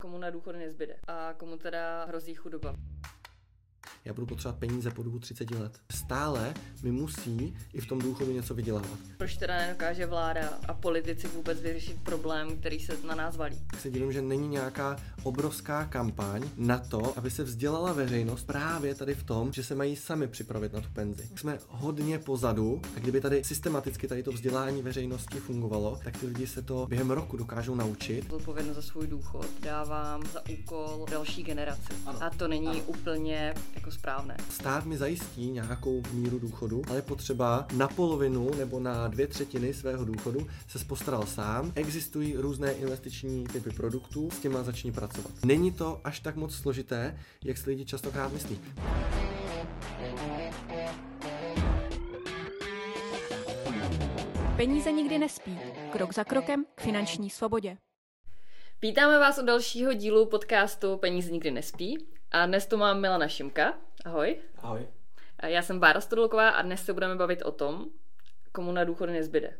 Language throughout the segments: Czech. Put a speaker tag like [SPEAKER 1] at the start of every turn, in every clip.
[SPEAKER 1] komu na důchody nezbyde a komu teda hrozí chudoba.
[SPEAKER 2] Já budu potřebovat peníze po dobu 30 let. Stále mi musí i v tom důchodu něco vydělávat.
[SPEAKER 1] Proč teda nedokáže vláda a politici vůbec vyřešit problém, který se na nás valí?
[SPEAKER 2] Tak se divím, že není nějaká obrovská kampaň na to, aby se vzdělala veřejnost právě tady v tom, že se mají sami připravit na tu penzi. Jsme hodně pozadu a kdyby tady systematicky tady to vzdělání veřejnosti fungovalo, tak ty lidi se to během roku dokážou naučit.
[SPEAKER 1] Odpovědnost za svůj důchod dávám za úkol další generaci. Ano. A to není úplně jako správné.
[SPEAKER 2] Stát mi zajistí nějakou míru důchodu, ale je potřeba na polovinu nebo na 2/3 svého důchodu se postaral sám. Existují různé investiční typy produktů, s těma začni pracovat. Není to až tak moc složité, jak si lidi častokrát myslí.
[SPEAKER 3] Peníze nikdy nespí. Krok za krokem k finanční svobodě.
[SPEAKER 1] Vítáme vás u dalšího dílu podcastu Peníze nikdy nespí. A dnes tu mám Milana Šimka. Ahoj.
[SPEAKER 2] Ahoj.
[SPEAKER 1] Já jsem Bára Stodolková a dnes se budeme bavit o tom, komu na důchody nezbyde.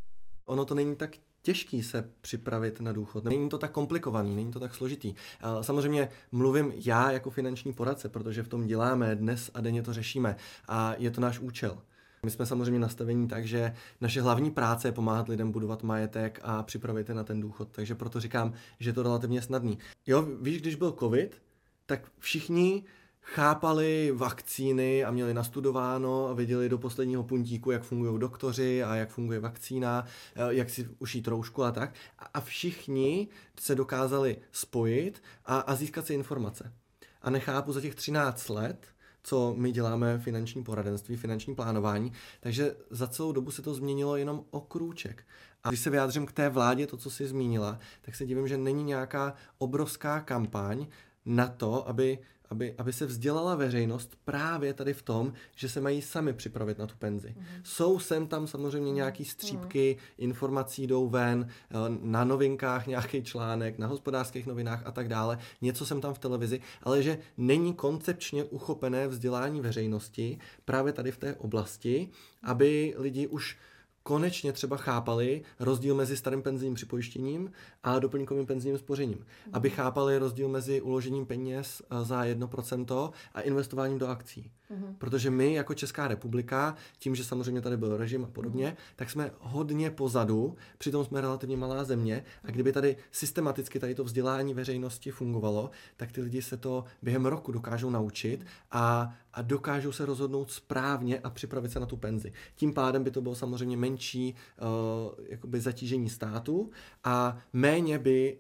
[SPEAKER 2] Ono to není tak těžký se připravit na důchod. Není to tak komplikovaný, není to tak složitý. Samozřejmě mluvím já jako finanční poradce, protože v tom děláme, dnes a denně to řešíme a je to náš účel. My jsme samozřejmě nastavení tak, že naše hlavní práce je pomáhat lidem budovat majetek a připravit je na ten důchod. Takže proto říkám, že je to relativně snadný. Jo, víš, když byl covid, tak všichni chápali vakcíny a měli nastudováno a věděli do posledního puntíku, jak fungují doktoři a jak funguje vakcína, jak si ušít roušku a tak. A všichni se dokázali spojit a získat si informace. A nechápu za těch 13 let, co my děláme finanční poradenství, finanční plánování, takže za celou dobu se to změnilo jenom o krůček. A když se vyjádřím k té vládě, to, co jsi zmínila, tak se divím, že není nějaká obrovská kampaň na to, aby se vzdělala veřejnost právě tady v tom, že se mají sami připravit na tu penzi. Jsou sem tam samozřejmě nějaký střípky, informací jdou ven, na novinkách nějaký článek, na Hospodářských novinách a tak dále, něco sem tam v televizi, ale že není koncepčně uchopené vzdělání veřejnosti právě tady v té oblasti, aby lidi už konečně třeba chápali rozdíl mezi starým penzijním připojištěním a doplňkovým penzijním spořením. Aby chápali rozdíl mezi uložením peněz za 1% a investováním do akcí. Protože my jako Česká republika, tím, že samozřejmě tady byl režim a podobně, tak jsme hodně pozadu, přitom jsme relativně malá země a kdyby tady systematicky tady to vzdělání veřejnosti fungovalo, tak ty lidi se to během roku dokážou naučit a dokážou se rozhodnout správně a připravit se na tu penzi. Tím pádem by to bylo samozřejmě menší jakoby zatížení státu a méně by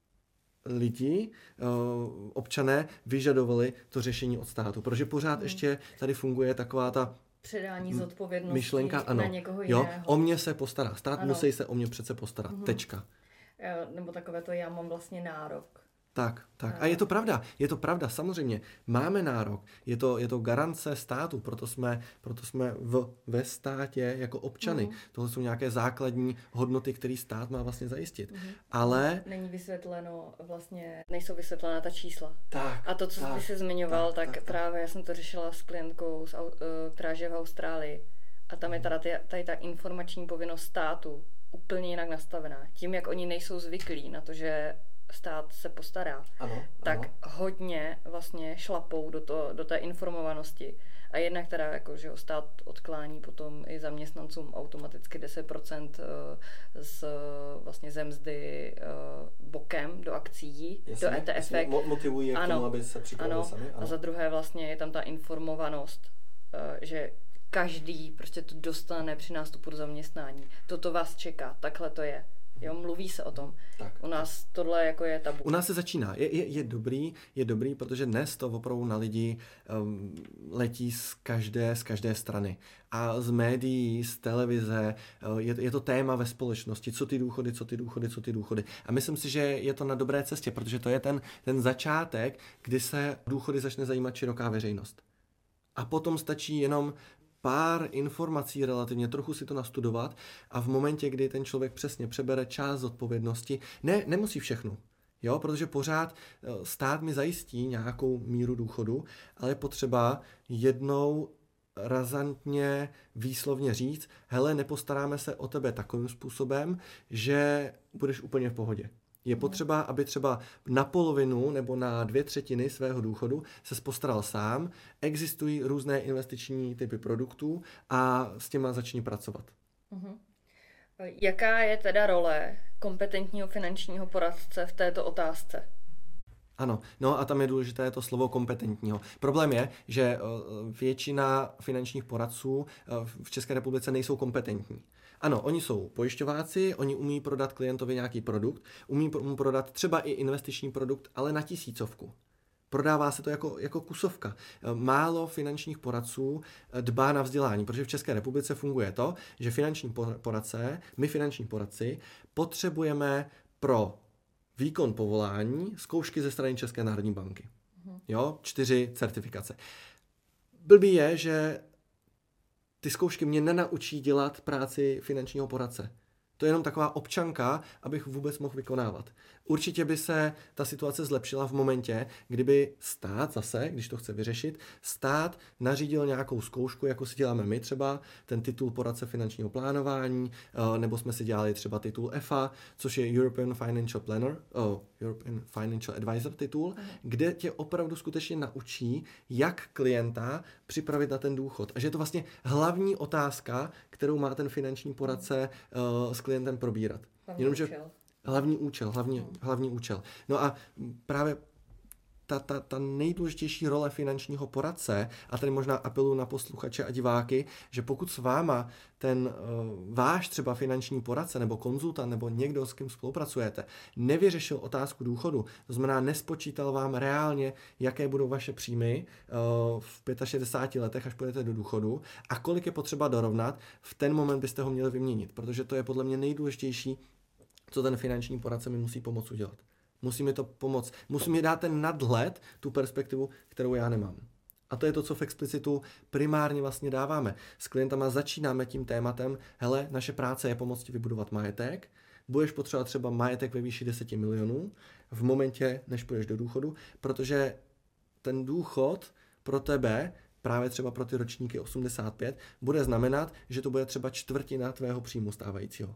[SPEAKER 2] lidi, občané vyžadovali to řešení od státu, protože pořád ještě tady funguje taková ta
[SPEAKER 1] předání zodpovědnosti
[SPEAKER 2] myšlenka,
[SPEAKER 1] na někoho jiného.
[SPEAKER 2] O mě se postará, stát musí se o mě přece postarat, tečka.
[SPEAKER 1] Nebo takové to já mám vlastně nárok.
[SPEAKER 2] Tak. A je to pravda, samozřejmě. Máme nárok, je to garance státu, proto jsme ve státě jako občany. Tohle jsou nějaké základní hodnoty, které stát má vlastně zajistit. Ale
[SPEAKER 1] není vysvětleno vlastně, nejsou vysvětlena ta čísla.
[SPEAKER 2] Tak.
[SPEAKER 1] A to, co ty jsi zmiňoval, tak právě já jsem to řešila s klientkou, která žije v Austrálii. A tam je tady ta informační povinnost státu úplně jinak nastavená. Tím, jak oni nejsou zvyklí na to, že stát se postará, tak hodně vlastně šlapou do té informovanosti. A jednak teda jako, že stát odklání potom i zaměstnancům automaticky 10% ze mzdy bokem do akcií, do ETF.
[SPEAKER 2] Motivují je k tomu, aby se připravili sami.
[SPEAKER 1] A za druhé vlastně je tam ta informovanost, že každý prostě to dostane při nástupu do zaměstnání. Toto vás čeká, takhle to je. Jo, mluví se o tom. U nás tohle jako je tabu.
[SPEAKER 2] U nás se začíná. Je dobrý, protože dnes to opravdu na lidi letí z každé strany. A z médií, z televize, je to téma ve společnosti. Co ty důchody. A myslím si, že je to na dobré cestě, protože to je ten začátek, kdy se důchody začne zajímat široká veřejnost. A potom stačí jenom pár informací relativně, trochu si to nastudovat a v momentě, kdy ten člověk přesně přebere část odpovědnosti, nemusí všechno, jo, protože pořád stát mi zajistí nějakou míru důchodu, ale je potřeba jednou razantně výslovně říct, hele, nepostaráme se o tebe takovým způsobem, že budeš úplně v pohodě. Je potřeba, aby třeba na polovinu nebo na 2/3 svého důchodu se postaral sám. Existují různé investiční typy produktů a s těma začni pracovat.
[SPEAKER 1] Jaká je teda role kompetentního finančního poradce v této otázce?
[SPEAKER 2] Ano, no a tam je důležité to slovo kompetentního. Problém je, že většina finančních poradců v České republice nejsou kompetentní. Ano, oni jsou pojišťováci, oni umí prodat klientovi nějaký produkt, umí mu prodat třeba i investiční produkt, ale na 1000. Prodává se to jako kusovka. Málo finančních poradců dbá na vzdělání, protože v České republice funguje to, že my finanční poradci potřebujeme pro výkon povolání zkoušky ze strany České národní banky. 4 certifikace. Blbý je, že ty zkoušky mě nenaučí dělat práci finančního poradce. To je jenom taková občanka, abych vůbec mohl vykonávat. Určitě by se ta situace zlepšila v momentě, kdyby stát zase, když to chce vyřešit, stát nařídil nějakou zkoušku, jako si děláme my třeba, ten titul poradce finančního plánování, nebo jsme si dělali třeba titul EFA, což je European Financial Advisor titul, kde tě opravdu skutečně naučí, jak klienta připravit na ten důchod. A že je to vlastně hlavní otázka, kterou má ten finanční poradce s klientem probírat. Hlavní účel. No a právě ta nejdůležitější role finančního poradce, a tady možná apeluji na posluchače a diváky, že pokud s váma ten váš třeba finanční poradce nebo konzultant nebo někdo, s kým spolupracujete, nevyřešil otázku důchodu, to znamená nespočítal vám reálně, jaké budou vaše příjmy v 65 letech, až půjdete do důchodu a kolik je potřeba dorovnat, v ten moment byste ho měli vyměnit, protože to je podle mě nejdůležitější, co ten finanční poradce mi musí pomoct udělat. Musí mi to pomoct. Musí mi dát ten nadhled, tu perspektivu, kterou já nemám. A to je to, co v Explicitu primárně vlastně dáváme. S klientama začínáme tím tématem, hele, naše práce je pomoct ti vybudovat majetek, budeš potřebovat třeba majetek ve výši 10 milionů v momentě, než půjdeš do důchodu, protože ten důchod pro tebe, právě třeba pro ty ročníky 85, bude znamenat, že to bude třeba 1/4 tvého příjmu stávajícího.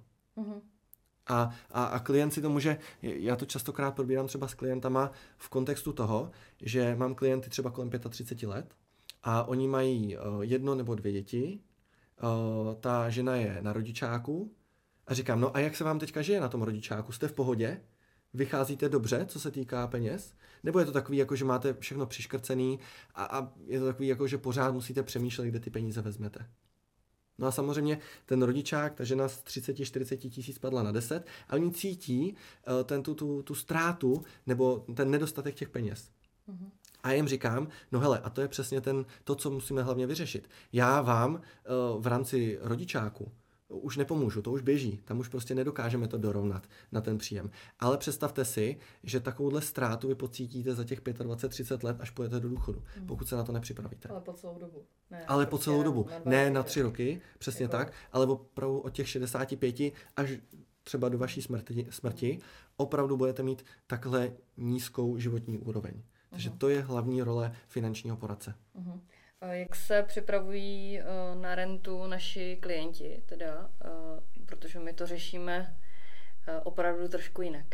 [SPEAKER 2] A klient si to může, já to častokrát probírám třeba s klientama v kontextu toho, že mám klienty třeba kolem 35 let a oni mají 1 nebo 2 děti, ta žena je na rodičáku a říkám, no a jak se vám teďka žije na tom rodičáku? Jste v pohodě? Vycházíte dobře, co se týká peněz? Nebo je to takový, jako že máte všechno přiškrcený a je to takový, jako že pořád musíte přemýšlet, kde ty peníze vezmete? No a samozřejmě ten rodičák, ta žena z 30-40 tisíc padla na 10 a oni cítí tu ztrátu nebo ten nedostatek těch peněz. A já jim říkám, no hele, a to je přesně to, co musíme hlavně vyřešit. Já vám v rámci rodičáku už nepomůžu, to už běží, tam už prostě nedokážeme to dorovnat na ten příjem. Ale představte si, že takovouhle ztrátu vy pocítíte za těch 25-30 let, až půjdete do důchodu, pokud se na to nepřipravíte.
[SPEAKER 1] Ale po celou dobu.
[SPEAKER 2] Ale po celou dobu. Ne na 3 roky, přesně jako tak, ale opravdu od těch 65 až třeba do vaší smrti opravdu budete mít takhle nízkou životní úroveň. Takže to je hlavní role finančního poradce.
[SPEAKER 1] Jak se připravují na rentu naši klienti, teda, protože my to řešíme opravdu trošku jinak?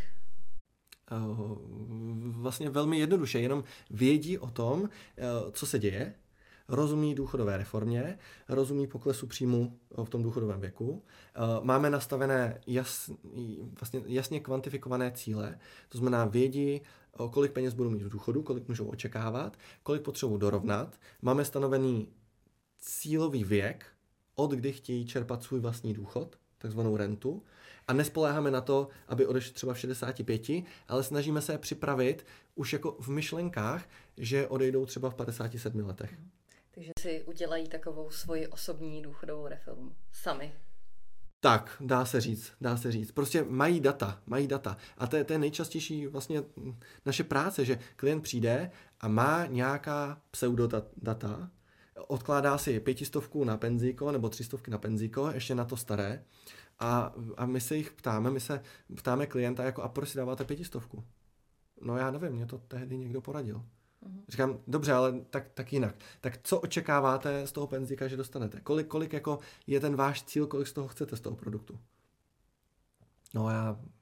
[SPEAKER 2] Vlastně velmi jednoduše, jenom vědí o tom, co se děje, rozumí důchodové reformě, rozumí poklesu příjmu v tom důchodovém věku, máme nastavené jasně kvantifikované cíle, to znamená vědí, kolik peněz budou mít v důchodu, kolik můžou očekávat, kolik potřebují dorovnat, máme stanovený cílový věk, od kdy chtějí čerpat svůj vlastní důchod, takzvanou rentu, a nespoléháme na to, aby odešli třeba v 65, ale snažíme se je připravit už jako v myšlenkách, že odejdou třeba v 57 letech.
[SPEAKER 1] Takže si udělají takovou svoji osobní důchodovou reformu sami.
[SPEAKER 2] Tak, dá se říct. Prostě mají data. A to je nejčastější vlastně naše práce, že klient přijde a má nějaká pseudodata, odkládá si 500 na penzíko nebo 300 na penzíko, ještě na to staré, a my se jich ptáme, ptáme klienta, jako a proč si dáváte 500? No já nevím, mě to tehdy někdo poradil. Říkám, dobře, ale tak jinak. Tak co očekáváte z toho penzíka, že dostanete? Kolik jako je ten váš cíl, kolik z toho chcete z toho produktu? No já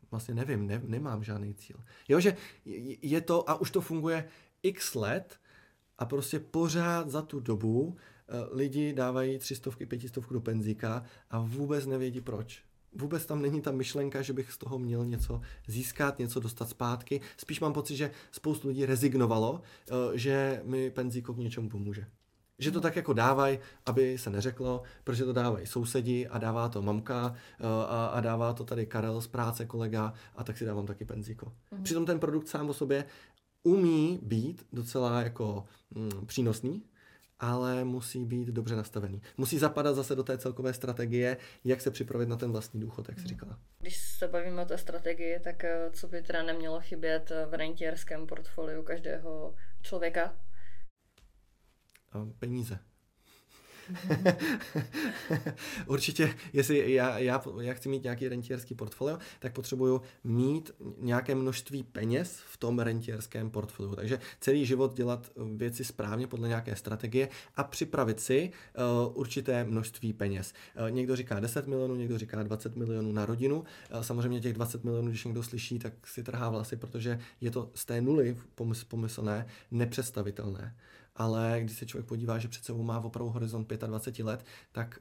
[SPEAKER 2] vlastně nevím, nemám žádný cíl. Jo, že je to, a už to funguje x let a prostě pořád za tu dobu lidi dávají 300, 500 do penzíka a vůbec nevědí proč. Vůbec tam není ta myšlenka, že bych z toho měl něco získat, něco dostat zpátky. Spíš mám pocit, že spoustu lidí rezignovalo, že mi penzíko k něčemu pomůže. Že to tak jako dávají, aby se neřeklo, protože to dávají sousedi a dává to mamka a dává to tady Karel z práce, kolega, a tak si dávám taky penzíko. Přitom ten produkt sám o sobě umí být docela jako přínosný, ale musí být dobře nastavený. Musí zapadat zase do té celkové strategie, jak se připravit na ten vlastní důchod, jak jsi říkala.
[SPEAKER 1] Když se bavíme o té strategii, tak co by teda nemělo chybět v rentierském portfoliu každého člověka?
[SPEAKER 2] Peníze. Určitě, jestli já chci mít nějaký rentierský portfolio, tak potřebuju mít nějaké množství peněz v tom rentierském portfoliu. Takže celý život dělat věci správně podle nějaké strategie a připravit si určité množství peněz. Někdo říká 10 milionů, někdo říká 20 milionů na rodinu. Samozřejmě těch 20 milionů, když někdo slyší, tak si trhá vlasy, protože je to z té nuly pomyslné nepředstavitelné. Ale když se člověk podívá, že před sebou má opravdu horizont 25 let, tak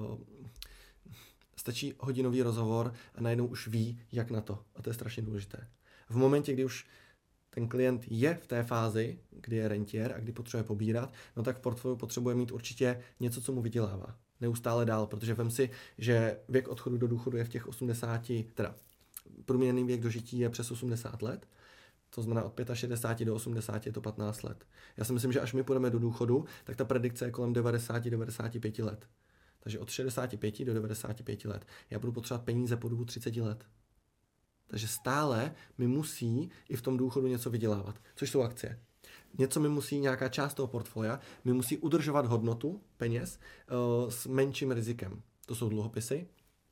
[SPEAKER 2] stačí hodinový rozhovor a najednou už ví, jak na to. A to je strašně důležité. V momentě, kdy už ten klient je v té fázi, kdy je rentier a kdy potřebuje pobírat, no tak v portfoliu potřebuje mít určitě něco, co mu vydělává. Neustále dál, protože vem si, že věk odchodu do důchodu je v těch 80, teda průměrný věk dožití je přes 80 let, to znamená od 65 do 80 je to 15 let. Já si myslím, že až my půjdeme do důchodu, tak ta predikce je kolem 90-95 let. Takže od 65 do 95 let. Já budu potřebovat peníze po dobu 30 let. Takže stále mi musí i v tom důchodu něco vydělávat, což jsou akcie. Něco mi musí, nějaká část toho portfolia, mi musí udržovat hodnotu peněz s menším rizikem. To jsou dluhopisy.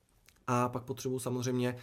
[SPEAKER 2] A pak potřebuji samozřejmě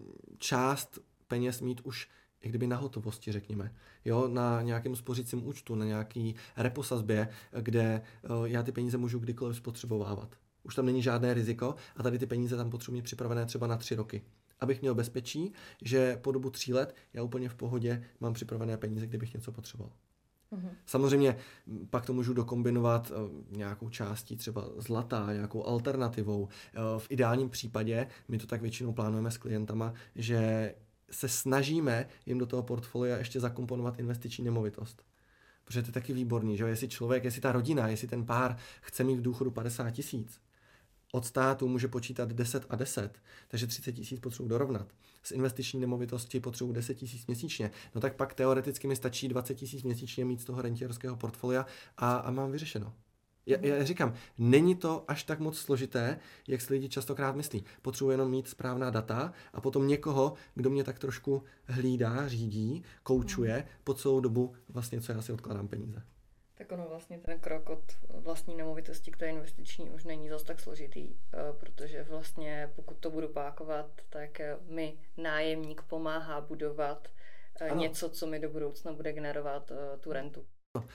[SPEAKER 2] část peněz mít už i kdyby na hotovosti, řekněme. Jo, na nějakém spořícím účtu, na nějaký reposazbě, kde já ty peníze můžu kdykoliv spotřebovávat. Už tam není žádné riziko a tady ty peníze tam potřebuji mít připravené třeba na 3 roky. Abych měl bezpečí, že po dobu 3 let já úplně v pohodě mám připravené peníze, kdybych něco potřeboval. Samozřejmě pak to můžu dokombinovat nějakou částí třeba zlata, nějakou alternativou. V ideálním případě my to tak většinou plánujeme s klientama, že se snažíme jim do toho portfolia ještě zakomponovat investiční nemovitost. Protože to je taky výborný, že jestli ta rodina, jestli ten pár chce mít v důchodu 50 000, od státu může počítat 10 a 10, takže 30 000 potřebuji dorovnat. Z investiční nemovitosti potřebuji 10 000 měsíčně. No tak pak teoreticky mi stačí 20 000 měsíčně mít z toho rentierského portfolia a mám vyřešeno. Já říkám, není to až tak moc složité, jak si lidi častokrát myslí. Potřebuji jenom mít správná data a potom někoho, kdo mě tak trošku hlídá, řídí, koučuje po celou dobu vlastně, co já si odkládám peníze.
[SPEAKER 1] Tak ono vlastně ten krok od vlastní nemovitosti k té investiční už není zas tak složitý, protože vlastně pokud to budu pákovat, tak mi nájemník pomáhá budovat něco, co mi do budoucna bude generovat tu rentu.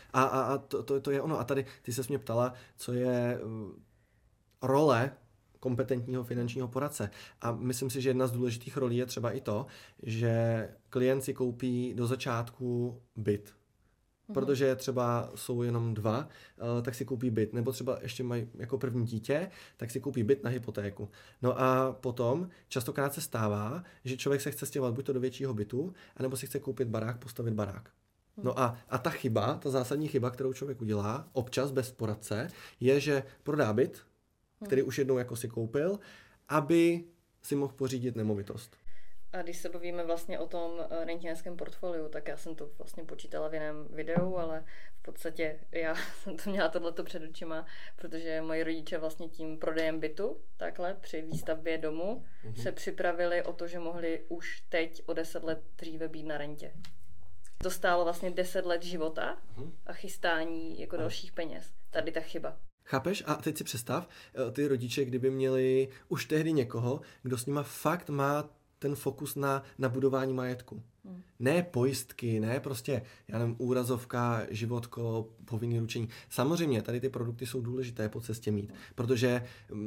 [SPEAKER 2] A to je ono. A tady ty ses mě ptala, co je role kompetentního finančního poradce. A myslím si, že jedna z důležitých rolí je třeba i to, že klient si koupí do začátku byt. Protože třeba jsou jenom 2, tak si koupí byt. Nebo třeba ještě mají jako první dítě, tak si koupí byt na hypotéku. No a potom častokrát se stává, že člověk se chce stěhovat buď to do většího bytu, anebo si chce koupit barák, postavit barák. No a ta chyba, ta zásadní chyba, kterou člověk udělá, občas bez poradce, je, že prodá byt, který už jednou jako si koupil, aby si mohl pořídit nemovitost.
[SPEAKER 1] A když se bavíme vlastně o tom rentierském portfoliu, tak já jsem to vlastně počítala v jiném videu, ale v podstatě já jsem to měla tohleto před očima, protože moji rodiče vlastně tím prodejem bytu, takhle při výstavbě domu, se připravili o to, že mohli už teď o 10 let dříve být na rentě. To stálo vlastně 10 let života a chystání jako dalších peněz. Tady ta chyba.
[SPEAKER 2] Chápeš? A teď si představ, ty rodiče, kdyby měli už tehdy někoho, kdo s nima fakt má ten fokus na budování majetku. Ne pojistky, ne prostě, já nevím, úrazovka, životko, povinný ručení. Samozřejmě, tady ty produkty jsou důležité po cestě mít, protože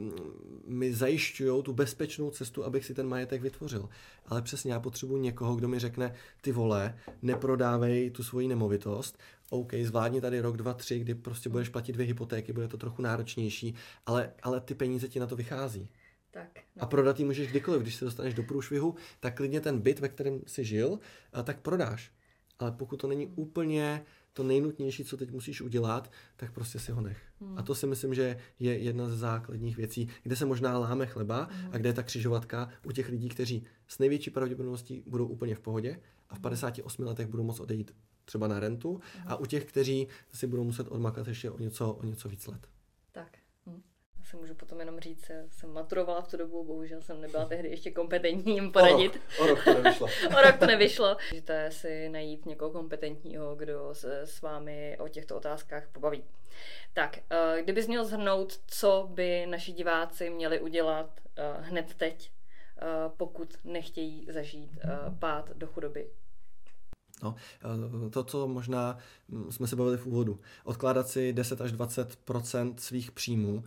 [SPEAKER 2] mi zajišťují tu bezpečnou cestu, abych si ten majetek vytvořil. Ale přesně já potřebuji někoho, kdo mi řekne, ty vole, neprodávej tu svoji nemovitost, OK, zvládni tady rok, 2, 3, kdy prostě budeš platit 2 hypotéky, bude to trochu náročnější, ale ty peníze ti na to vychází.
[SPEAKER 1] Tak, no.
[SPEAKER 2] A prodat ji můžeš kdykoliv, když se dostaneš do průšvihu, tak klidně ten byt, ve kterém jsi žil, tak prodáš. Ale pokud to není úplně to nejnutnější, co teď musíš udělat, tak prostě si ho nech. A to si myslím, že je jedna ze základních věcí, kde se možná láme chleba a kde je ta křižovatka u těch lidí, kteří s největší pravděpodobností budou úplně v pohodě a v 58 letech budou moct odejít třeba na rentu a u těch, kteří si budou muset odmakat ještě o něco víc let.
[SPEAKER 1] Tak. Já se můžu potom jenom říct, jsem maturovala v tu dobu, bohužel jsem nebyla tehdy ještě kompetentní jim poradit.
[SPEAKER 2] O rok to nevyšlo.
[SPEAKER 1] O rok to nevyšlo. Můžete si najít někoho kompetentního, kdo se s vámi o těchto otázkách pobaví. Tak, kdybys měl shrnout, co by naši diváci měli udělat hned teď, pokud nechtějí zažít pád do chudoby?
[SPEAKER 2] No, to, co možná jsme se bavili v úvodu. Odkládat si 10 až 20% svých příjmů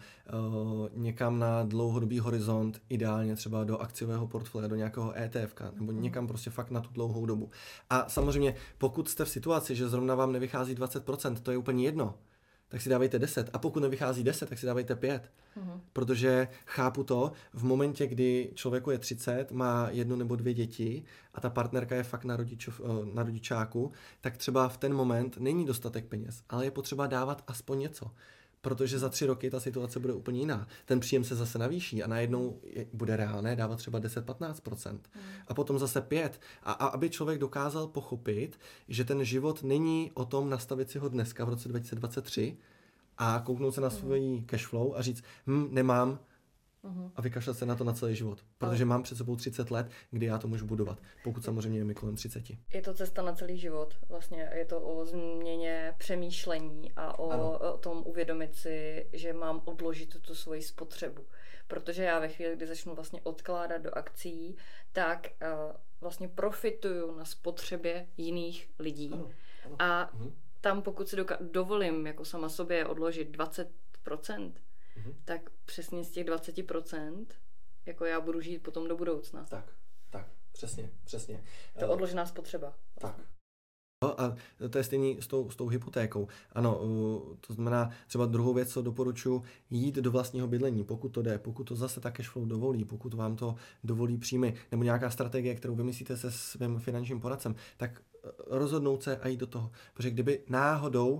[SPEAKER 2] někam na dlouhodobý horizont, ideálně třeba do akciového portfolia, do nějakého ETFka, nebo někam prostě fakt na tu dlouhou dobu. A samozřejmě, pokud jste v situaci, že zrovna vám nevychází 20%, to je úplně jedno, tak si dávejte 10. A pokud nevychází 10, tak si dávejte 5. Protože chápu to, v momentě, kdy člověku je 30, má 1 nebo 2 děti a ta partnerka je fakt na rodičáku, tak třeba v ten moment není dostatek peněz, ale je potřeba dávat aspoň něco. Protože za 3 roky ta situace bude úplně jiná. Ten příjem se zase navýší a najednou bude reálné dávat třeba 10-15%. A potom zase 5%. A aby člověk dokázal pochopit, že ten život není o tom nastavit si ho dneska v roce 2023 a kouknout se na svůj cashflow a říct, nemám, a vykašlat se na to na celý život. Protože mám před sebou 30 let, kdy já to můžu budovat. Pokud samozřejmě je mi kolem 30.
[SPEAKER 1] Je to cesta na celý život. Vlastně je to o změně přemýšlení a o tom uvědomit si, že mám odložit tu svoji spotřebu. Protože já ve chvíli, kdy začnu vlastně odkládat do akcí, tak vlastně profituju na spotřebě jiných lidí.
[SPEAKER 2] Ano.
[SPEAKER 1] A tam pokud si dovolím jako sama sobě odložit 20%, tak přesně z těch 20% jako já budu žít potom do budoucna.
[SPEAKER 2] Tak, přesně.
[SPEAKER 1] To odložená spotřeba.
[SPEAKER 2] Tak. No a to je stejný s tou hypotékou. Ano, to znamená třeba druhou věc, co doporučuji, jít do vlastního bydlení, pokud to jde, pokud to zase ta cashflow dovolí, pokud vám to dovolí příjmy, nebo nějaká strategie, kterou vymyslíte se svým finančním poradcem, tak rozhodnout se a jít do toho. Protože kdyby náhodou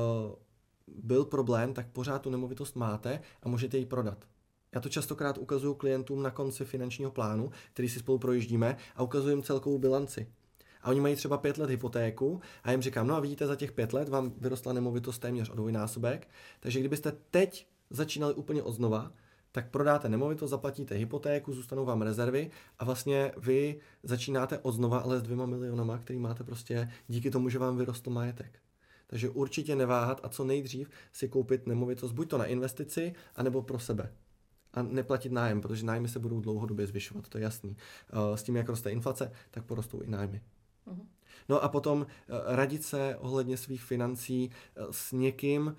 [SPEAKER 2] byl problém, tak pořád tu nemovitost máte a můžete ji prodat. Já to častokrát ukazuju klientům na konci finančního plánu, který si spolu projíždíme a ukazuju jim celkovou bilanci. A oni mají třeba 5 let hypotéku a já jim říkám, no a vidíte, za těch 5 let vám vyrostla nemovitost téměř o 2násobek, takže kdybyste teď začínali úplně odznova, tak prodáte nemovitost, zaplatíte hypotéku, zůstanou vám rezervy a vlastně vy začínáte odznova, ale s 2 milionama, který máte prostě díky tomu, že vám vyrostl majetek. Takže určitě neváhat a co nejdřív si koupit nemovitost buď to na investici, anebo pro sebe. A neplatit nájem, protože nájmy se budou dlouhodobě zvyšovat, to je jasný. S tím, jak roste inflace, tak porostou i nájmy. No a potom radit se ohledně svých financí s někým,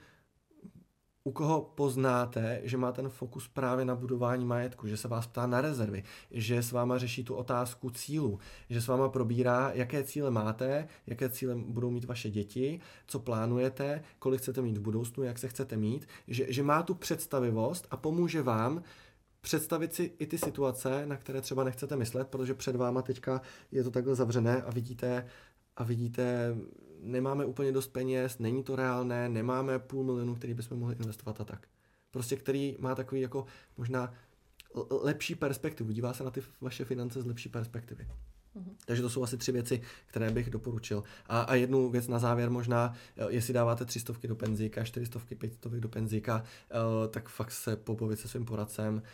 [SPEAKER 2] u koho poznáte, že má ten fokus právě na budování majetku, že se vás ptá na rezervy, že s váma řeší tu otázku cílů, že s váma probírá, jaké cíle máte, jaké cíle budou mít vaše děti, co plánujete, kolik chcete mít v budoucnu, jak se chcete mít, že má tu představivost a pomůže vám představit si i ty situace, na které třeba nechcete myslet, protože před váma teďka je to takhle zavřené a vidíte, nemáme úplně dost peněz, není to reálné, nemáme 500 000, který bychom mohli investovat a tak. Prostě který má takový jako možná lepší perspektivu, dívá se na ty vaše finance z lepší perspektivy. Takže to jsou asi 3 věci, které bych doporučil. A jednu věc na závěr možná, jestli dáváte 300 do penzíka, 400, 500 do penzíka, tak fakt se pobavit se svým poradcem,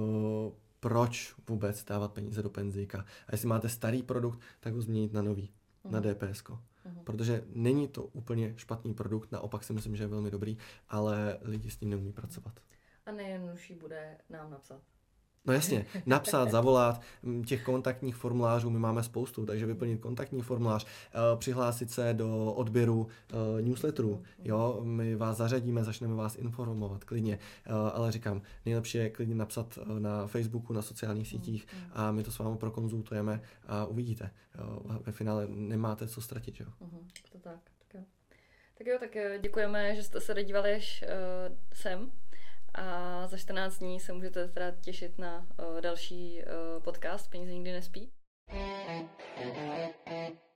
[SPEAKER 2] proč vůbec dávat peníze do penzíka. A jestli máte starý produkt, tak ho změnit na nový, na DPSko. Protože není to úplně špatný produkt, naopak si myslím, že je velmi dobrý, ale lidi s ním neumí pracovat.
[SPEAKER 1] A nejjednodušší bude nám napsat.
[SPEAKER 2] No jasně, napsat, zavolat, těch kontaktních formulářů my máme spoustu, takže vyplnit kontaktní formulář, přihlásit se do odběru newsletterů, jo, my vás zařadíme, začneme vás informovat klidně, ale říkám, nejlepší je klidně napsat na Facebooku, na sociálních sítích a my to s vámi prokonzultujeme a uvidíte. Ve finále nemáte co ztratit, jo.
[SPEAKER 1] To tak. Tak děkujeme, že jste se dívali až sem. A za 14 dní se můžete teda těšit na další podcast Peníze nikdy nespí.